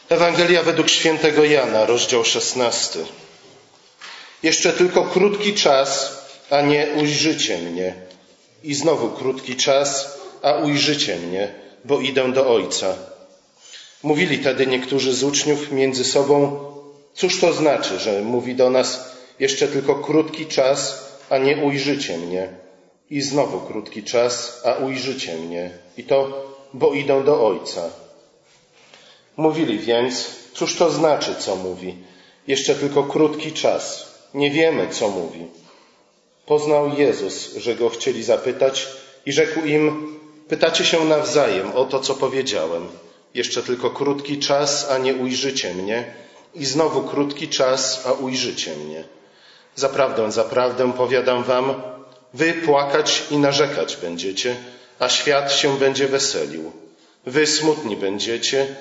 Ewangelia według świętego Jana, rozdział 16. Jeszcze tylko krótki czas, a nie ujrzycie mnie. I znowu krótki czas, a ujrzycie mnie, bo idę do Ojca. Mówili tedy niektórzy z uczniów między sobą, cóż to znaczy, że mówi do nas jeszcze tylko krótki czas, a nie ujrzycie mnie. I znowu krótki czas, a ujrzycie mnie. I to, bo idę do Ojca. Mówili więc, cóż to znaczy, co mówi? Jeszcze tylko krótki czas. Nie wiemy, co mówi. Poznał Jezus, że go chcieli zapytać i rzekł im, pytacie się nawzajem o to, co powiedziałem. Jeszcze tylko krótki czas, a nie ujrzycie mnie. I znowu krótki czas, a ujrzycie mnie. Zaprawdę, zaprawdę powiadam wam, wy płakać i narzekać będziecie, a świat się będzie weselił. Wy smutni będziecie,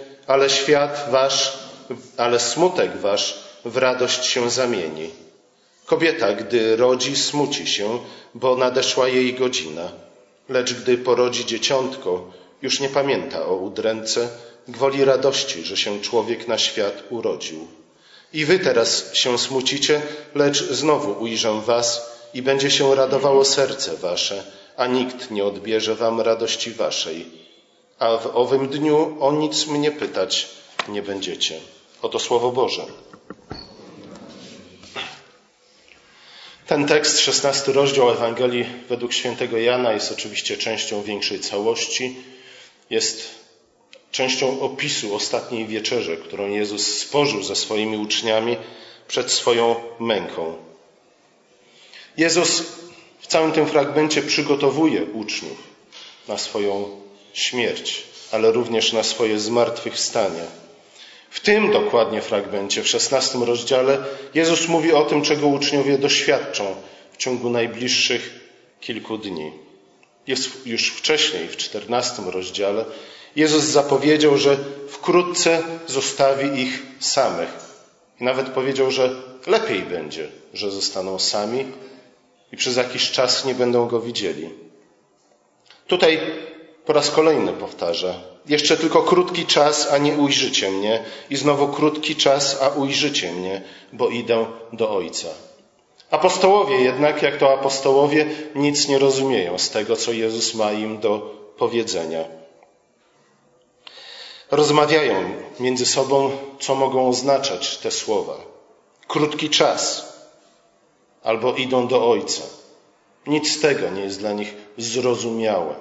ale smutek wasz w radość się zamieni. Kobieta, gdy rodzi, smuci się, bo nadeszła jej godzina. Lecz gdy porodzi dzieciątko, już nie pamięta o udręce, gwoli radości, że się człowiek na świat urodził. I wy teraz się smucicie, lecz znowu ujrzę was i będzie się radowało serce wasze, a nikt nie odbierze wam radości waszej. A w owym dniu o nic mnie pytać nie będziecie. Oto Słowo Boże. Ten tekst, 16 rozdział Ewangelii według świętego Jana, jest oczywiście częścią większej całości. Jest częścią opisu ostatniej wieczerzy, którą Jezus spożył ze swoimi uczniami przed swoją męką. Jezus w całym tym fragmencie przygotowuje uczniów na swoją śmierć, ale również na swoje zmartwychwstanie. W tym dokładnie fragmencie, w 16 rozdziale, Jezus mówi o tym, czego uczniowie doświadczą w ciągu najbliższych kilku dni. Już wcześniej, w 14 rozdziale, Jezus zapowiedział, że wkrótce zostawi ich samych. I nawet powiedział, że lepiej będzie, że zostaną sami i przez jakiś czas nie będą Go widzieli. Tutaj po raz kolejny powtarza, jeszcze tylko krótki czas, a nie ujrzycie mnie. I znowu krótki czas, a ujrzycie mnie, bo idę do Ojca. Apostołowie jednak, jak to apostołowie, nic nie rozumieją z tego, co Jezus ma im do powiedzenia. Rozmawiają między sobą, co mogą oznaczać te słowa. Krótki czas, albo idą do Ojca. Nic z tego nie jest dla nich zrozumiałe.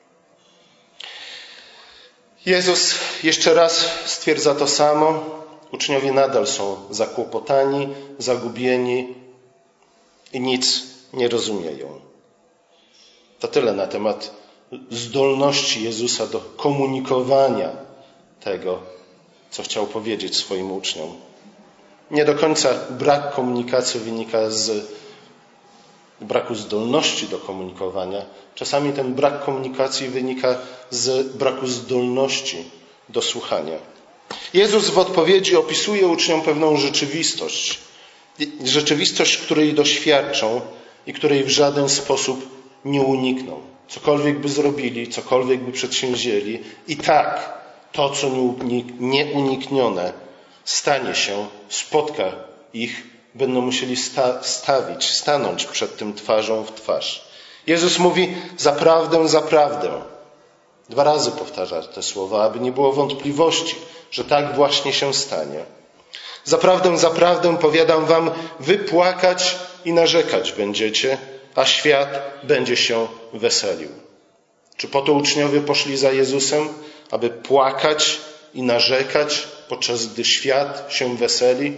Jezus jeszcze raz stwierdza to samo. Uczniowie nadal są zakłopotani, zagubieni i nic nie rozumieją. To tyle na temat zdolności Jezusa do komunikowania tego, co chciał powiedzieć swoim uczniom. Nie do końca brak komunikacji wynika z braku zdolności do komunikowania. Czasami ten brak komunikacji wynika z braku zdolności do słuchania. Jezus w odpowiedzi opisuje uczniom pewną rzeczywistość. Rzeczywistość, której doświadczą i której w żaden sposób nie unikną. Cokolwiek by zrobili, cokolwiek by przedsięwzięli, i tak to, co nieuniknione, stanie się, spotka ich, będą musieli stanąć przed tym twarzą w twarz. Jezus mówi, zaprawdę, zaprawdę. 2 razy powtarza te słowa, aby nie było wątpliwości, że tak właśnie się stanie. Zaprawdę, zaprawdę powiadam wam, wy płakać i narzekać będziecie, a świat będzie się weselił. Czy po to uczniowie poszli za Jezusem, aby płakać i narzekać, podczas gdy świat się weseli?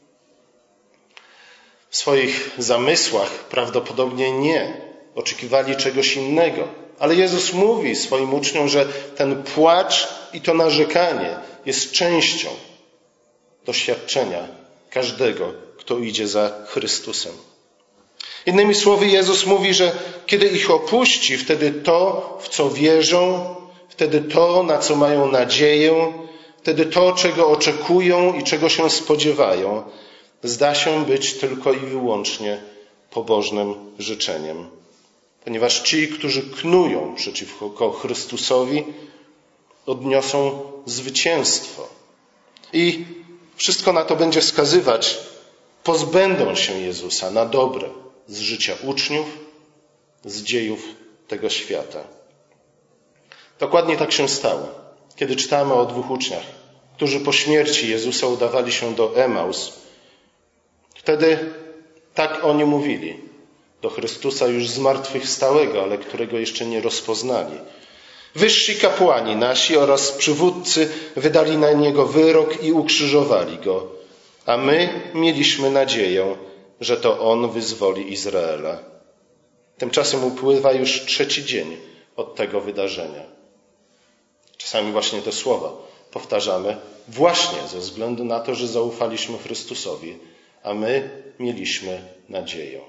W swoich zamysłach prawdopodobnie nie. Oczekiwali czegoś innego. Ale Jezus mówi swoim uczniom, że ten płacz i to narzekanie jest częścią doświadczenia każdego, kto idzie za Chrystusem. Innymi słowy, Jezus mówi, że kiedy ich opuści, wtedy to, w co wierzą, wtedy to, na co mają nadzieję, wtedy to, czego oczekują i czego się spodziewają, zda się być tylko i wyłącznie pobożnym życzeniem. Ponieważ ci, którzy knują przeciwko Chrystusowi, odniosą zwycięstwo. I wszystko na to będzie wskazywać, pozbędą się Jezusa na dobre z życia uczniów, z dziejów tego świata. Dokładnie tak się stało. Kiedy czytamy o 2 uczniach, którzy po śmierci Jezusa udawali się do Emaus, wtedy tak oni mówili do Chrystusa już zmartwychwstałego, ale którego jeszcze nie rozpoznali. Wyżsi kapłani nasi oraz przywódcy wydali na Niego wyrok i ukrzyżowali Go, a my mieliśmy nadzieję, że to On wyzwoli Izraela. Tymczasem upływa już 3. dzień od tego wydarzenia. Czasami właśnie te słowa powtarzamy właśnie ze względu na to, że zaufaliśmy Chrystusowi, a my mieliśmy nadzieję.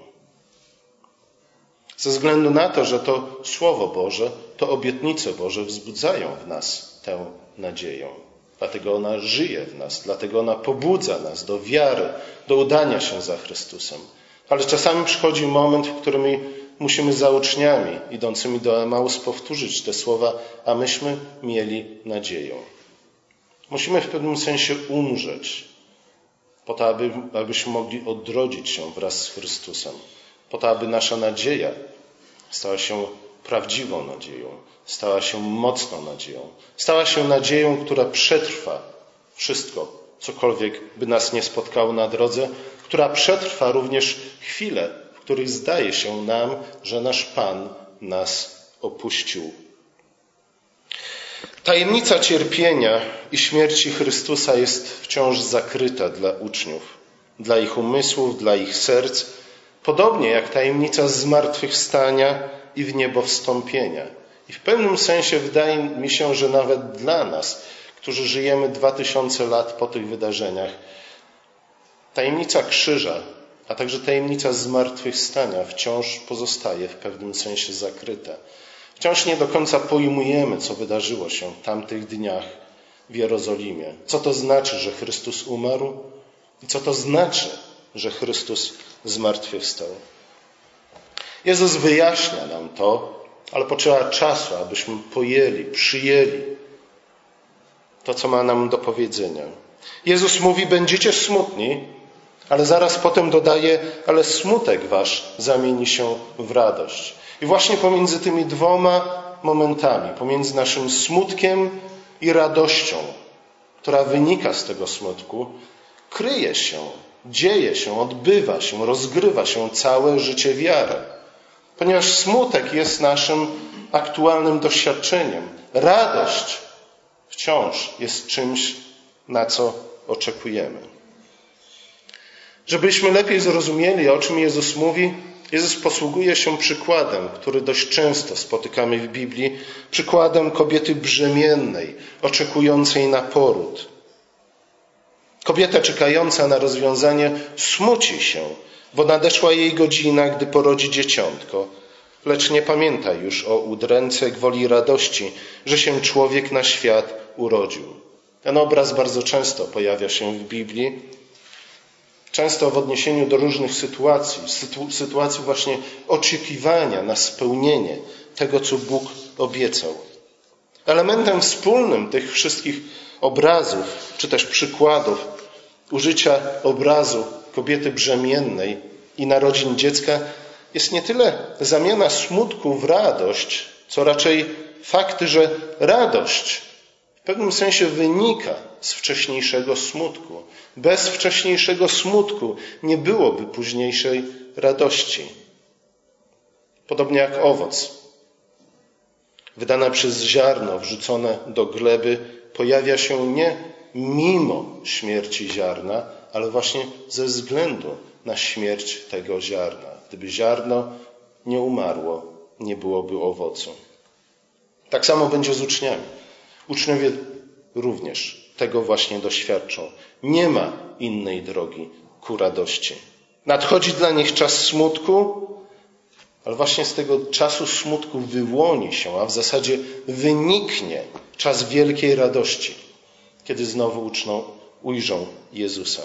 Ze względu na to, że to Słowo Boże, to obietnice Boże wzbudzają w nas tę nadzieję. Dlatego ona żyje w nas, dlatego ona pobudza nas do wiary, do udania się za Chrystusem. Ale czasami przychodzi moment, w którym musimy za uczniami idącymi do Emaus powtórzyć te słowa, a myśmy mieli nadzieję. Musimy w pewnym sensie umrzeć, po to, abyśmy mogli odrodzić się wraz z Chrystusem. Po to, aby nasza nadzieja stała się prawdziwą nadzieją, stała się mocną nadzieją, stała się nadzieją, która przetrwa wszystko, cokolwiek by nas nie spotkało na drodze, która przetrwa również chwile, w których zdaje się nam, że nasz Pan nas opuścił. Tajemnica cierpienia i śmierci Chrystusa jest wciąż zakryta dla uczniów, dla ich umysłów, dla ich serc, podobnie jak tajemnica zmartwychwstania i w niebo wstąpienia. I w pewnym sensie wydaje mi się, że nawet dla nas, którzy żyjemy 2000 lat po tych wydarzeniach, tajemnica krzyża, a także tajemnica zmartwychwstania wciąż pozostaje w pewnym sensie zakryta. Wciąż nie do końca pojmujemy, co wydarzyło się w tamtych dniach w Jerozolimie. Co to znaczy, że Chrystus umarł i co to znaczy, że Chrystus zmartwychwstał. Jezus wyjaśnia nam to, ale potrzeba czasu, abyśmy pojęli, przyjęli to, co ma nam do powiedzenia. Jezus mówi, będziecie smutni, ale zaraz potem dodaje, ale smutek wasz zamieni się w radość. I właśnie pomiędzy tymi 2 momentami, pomiędzy naszym smutkiem i radością, która wynika z tego smutku, kryje się, dzieje się, odbywa się, rozgrywa się całe życie wiary. Ponieważ smutek jest naszym aktualnym doświadczeniem, radość wciąż jest czymś, na co oczekujemy. Żebyśmy lepiej zrozumieli, o czym Jezus mówi, Jezus posługuje się przykładem, który dość często spotykamy w Biblii, przykładem kobiety brzemiennej, oczekującej na poród. Kobieta czekająca na rozwiązanie smuci się, bo nadeszła jej godzina, gdy porodzi dzieciątko, lecz nie pamięta już o udręce gwoli radości, że się człowiek na świat urodził. Ten obraz bardzo często pojawia się w Biblii, często w odniesieniu do różnych sytuacji właśnie oczekiwania na spełnienie tego, co Bóg obiecał. Elementem wspólnym tych wszystkich obrazów, czy też przykładów użycia obrazu kobiety brzemiennej i narodzin dziecka jest nie tyle zamiana smutku w radość, co raczej fakt, że radość w pewnym sensie wynika z wcześniejszego smutku. Bez wcześniejszego smutku nie byłoby późniejszej radości. Podobnie jak owoc, wydane przez ziarno wrzucone do gleby, pojawia się nie mimo śmierci ziarna, ale właśnie ze względu na śmierć tego ziarna. Gdyby ziarno nie umarło, nie byłoby owocu. Tak samo będzie z uczniami. Uczniowie również tego właśnie doświadczą. Nie ma innej drogi ku radości. Nadchodzi dla nich czas smutku, ale właśnie z tego czasu smutku wyłoni się, a w zasadzie wyniknie czas wielkiej radości, kiedy znowu ujrzą Jezusa.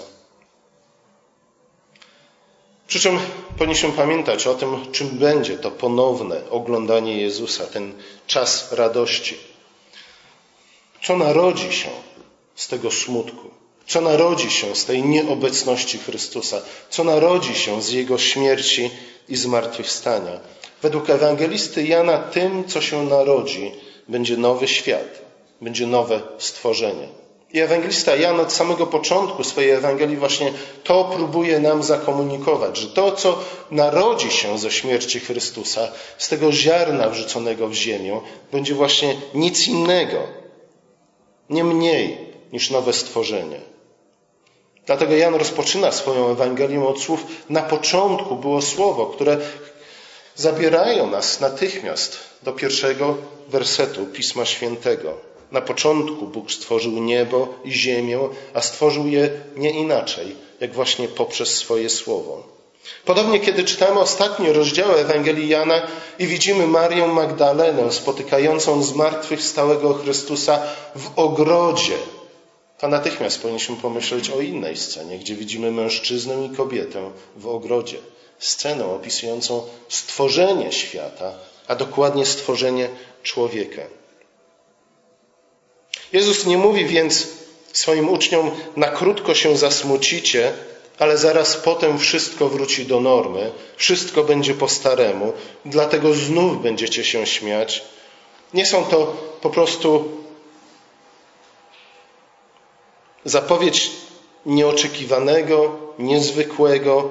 Przy czym powinniśmy pamiętać o tym, czym będzie to ponowne oglądanie Jezusa, ten czas radości. Co narodzi się z tego smutku? Co narodzi się z tej nieobecności Chrystusa? Co narodzi się z Jego śmierci i zmartwychwstania? Według ewangelisty Jana tym, co się narodzi, będzie nowy świat, będzie nowe stworzenie. I ewangelista Jan od samego początku swojej Ewangelii właśnie to próbuje nam zakomunikować, że to, co narodzi się ze śmierci Chrystusa, z tego ziarna wrzuconego w ziemię, będzie właśnie nic innego, nie mniej niż nowe stworzenie. Dlatego Jan rozpoczyna swoją Ewangelię od słów: na początku było Słowo, które zabierają nas natychmiast do pierwszego wersetu Pisma Świętego. Na początku Bóg stworzył niebo i ziemię, a stworzył je nie inaczej, jak właśnie poprzez swoje Słowo. Podobnie, kiedy czytamy ostatnie rozdziały Ewangelii Jana i widzimy Marię Magdalenę spotykającą zmartwychwstałego Chrystusa w ogrodzie, to natychmiast powinniśmy pomyśleć o innej scenie, gdzie widzimy mężczyznę i kobietę w ogrodzie. Scenę opisującą stworzenie świata, a dokładnie stworzenie człowieka. Jezus nie mówi więc swoim uczniom: na krótko się zasmucicie, ale zaraz potem wszystko wróci do normy, wszystko będzie po staremu, dlatego znów będziecie się śmiać. Nie są to po prostu zapowiedź nieoczekiwanego, niezwykłego,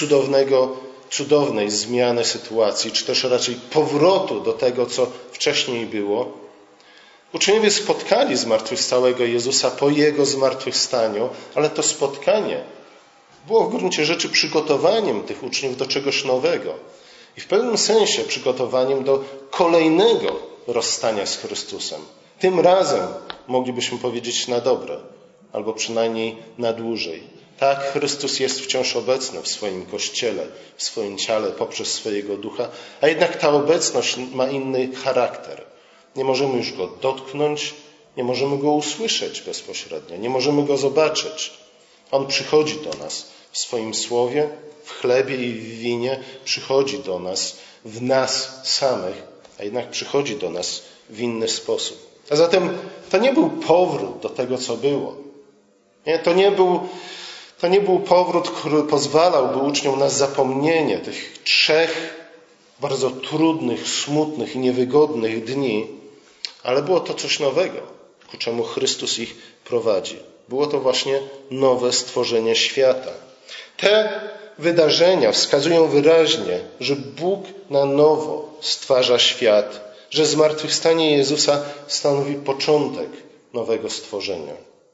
cudownej zmiany sytuacji, czy też raczej powrotu do tego, co wcześniej było. Uczniowie spotkali zmartwychwstałego Jezusa po Jego zmartwychwstaniu, ale to spotkanie było w gruncie rzeczy przygotowaniem tych uczniów do czegoś nowego i w pewnym sensie przygotowaniem do kolejnego rozstania z Chrystusem. Tym razem moglibyśmy powiedzieć na dobre, albo przynajmniej na dłużej. Tak, Chrystus jest wciąż obecny w swoim Kościele, w swoim ciele poprzez swojego Ducha, a jednak ta obecność ma inny charakter. Nie możemy już Go dotknąć, nie możemy Go usłyszeć bezpośrednio, nie możemy Go zobaczyć. On przychodzi do nas w swoim Słowie, w chlebie i w winie, przychodzi do nas w nas samych, a jednak przychodzi do nas w inny sposób. A zatem to nie był powrót do tego, co było. Nie? To nie był powrót, który pozwalałby uczniom na zapomnienie tych 3 bardzo trudnych, smutnych i niewygodnych dni, ale było to coś nowego, ku czemu Chrystus ich prowadzi. Było to właśnie nowe stworzenie świata. Te wydarzenia wskazują wyraźnie, że Bóg na nowo stwarza świat, że zmartwychwstanie Jezusa stanowi początek nowego stworzenia.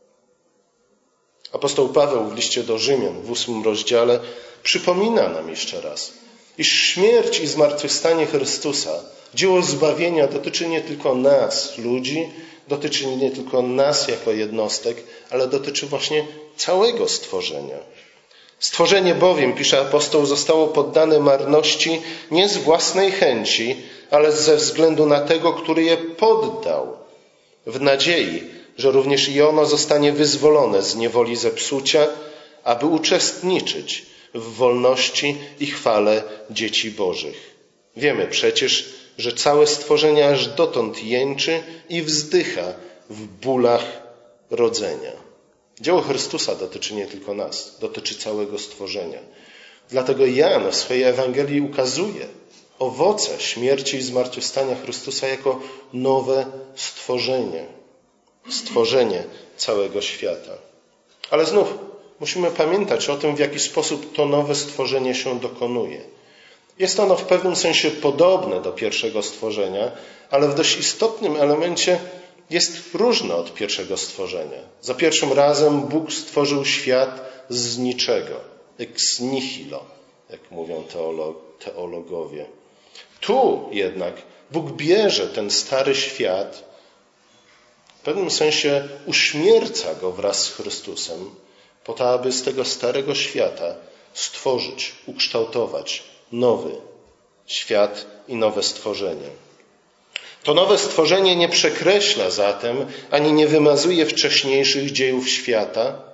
Apostoł Paweł w liście do Rzymian w 8 rozdziale przypomina nam jeszcze raz, iż śmierć i zmartwychwstanie Chrystusa, dzieło zbawienia dotyczy nie tylko nas, ludzi, dotyczy nie tylko nas jako jednostek, ale dotyczy właśnie całego stworzenia. Stworzenie bowiem, pisze apostoł, zostało poddane marności nie z własnej chęci, ale ze względu na tego, który je poddał, w nadziei, że również i ono zostanie wyzwolone z niewoli zepsucia, aby uczestniczyć w wolności i chwale dzieci Bożych. Wiemy przecież, że całe stworzenie aż dotąd jęczy i wzdycha w bólach rodzenia. Dzieło Chrystusa dotyczy nie tylko nas, dotyczy całego stworzenia. Dlatego Jan w swojej Ewangelii ukazuje owoce śmierci i zmartwychwstania Chrystusa jako nowe stworzenie. Stworzenie całego świata. Ale znów musimy pamiętać o tym, w jaki sposób to nowe stworzenie się dokonuje. Jest ono w pewnym sensie podobne do pierwszego stworzenia, ale w dość istotnym elemencie jest różne od pierwszego stworzenia. Za pierwszym razem Bóg stworzył świat z niczego, ex nihilo, jak mówią teologowie. Tu jednak Bóg bierze ten stary świat, w pewnym sensie uśmierca go wraz z Chrystusem, po to, aby z tego starego świata stworzyć, ukształtować nowy świat i nowe stworzenie. To nowe stworzenie nie przekreśla zatem, ani nie wymazuje wcześniejszych dziejów świata.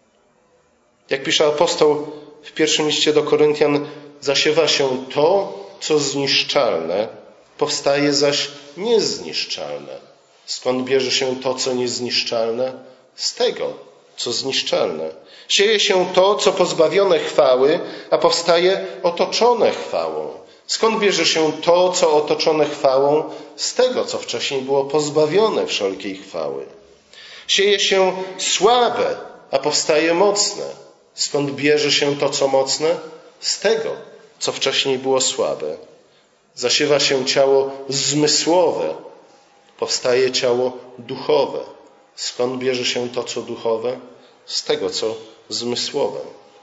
Jak pisze apostoł w pierwszym liście do Koryntian, zasiewa się to, co zniszczalne, powstaje zaś niezniszczalne. Skąd bierze się to, co niezniszczalne? Z tego, co zniszczalne. Sieje się to, co pozbawione chwały, a powstaje otoczone chwałą. Skąd bierze się to, co otoczone chwałą? Z tego, co wcześniej było pozbawione wszelkiej chwały. Sieje się słabe, a powstaje mocne. Skąd bierze się to, co mocne? Z tego, co wcześniej było słabe. Zasiewa się ciało zmysłowe, powstaje ciało duchowe. Skąd bierze się to, co duchowe? Z tego, co zmysłowe.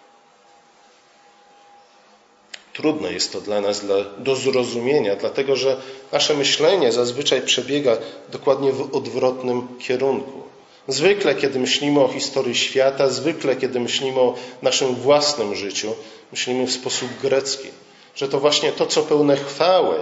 Trudne jest to dla nas do zrozumienia, dlatego że nasze myślenie zazwyczaj przebiega dokładnie w odwrotnym kierunku. Zwykle, kiedy myślimy o historii świata, zwykle, kiedy myślimy o naszym własnym życiu, myślimy w sposób grecki, że to właśnie to, co pełne chwały,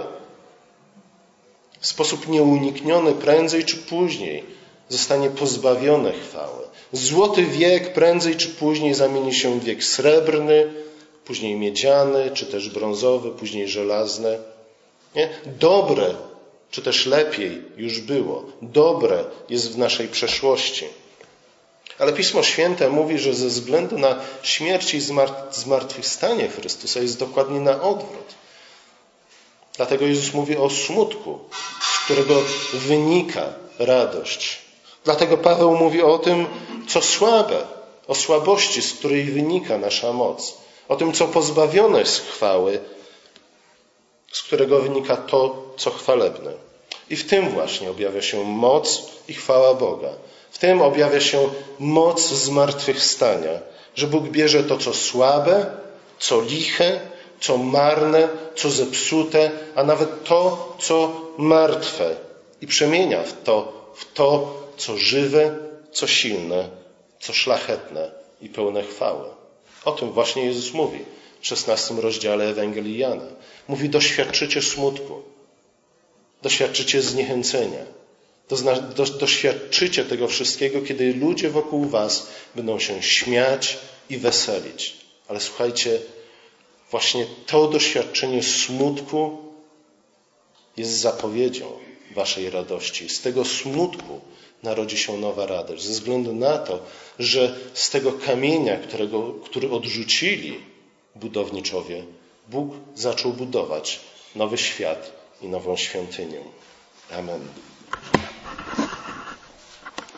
w sposób nieunikniony prędzej czy później zostanie pozbawione chwały. Złoty wiek prędzej czy później zamieni się w wiek srebrny, później miedziany, czy też brązowy, później żelazny. Nie? Dobre, czy też lepiej już było. Dobre jest w naszej przeszłości. Ale Pismo Święte mówi, że ze względu na śmierć i zmartwychwstanie Chrystusa jest dokładnie na odwrót. Dlatego Jezus mówi o smutku, z którego wynika radość. Dlatego Paweł mówi o tym, co słabe, o słabości, z której wynika nasza moc. O tym, co pozbawione z chwały, z którego wynika to, co chwalebne. I w tym właśnie objawia się moc i chwała Boga. W tym objawia się moc zmartwychwstania, że Bóg bierze to, co słabe, co liche, co marne, co zepsute, a nawet to, co martwe i przemienia w to, co żywe, co silne, co szlachetne i pełne chwały. O tym właśnie Jezus mówi w 16 rozdziale Ewangelii Jana. Mówi, doświadczycie smutku, doświadczycie zniechęcenia, doświadczycie tego wszystkiego, kiedy ludzie wokół was będą się śmiać i weselić. Ale słuchajcie, właśnie to doświadczenie smutku jest zapowiedzią waszej radości. Z tego smutku narodzi się nowa radość. Ze względu na to, że z tego kamienia, który odrzucili budowniczowie, Bóg zaczął budować nowy świat i nową świątynię. Amen.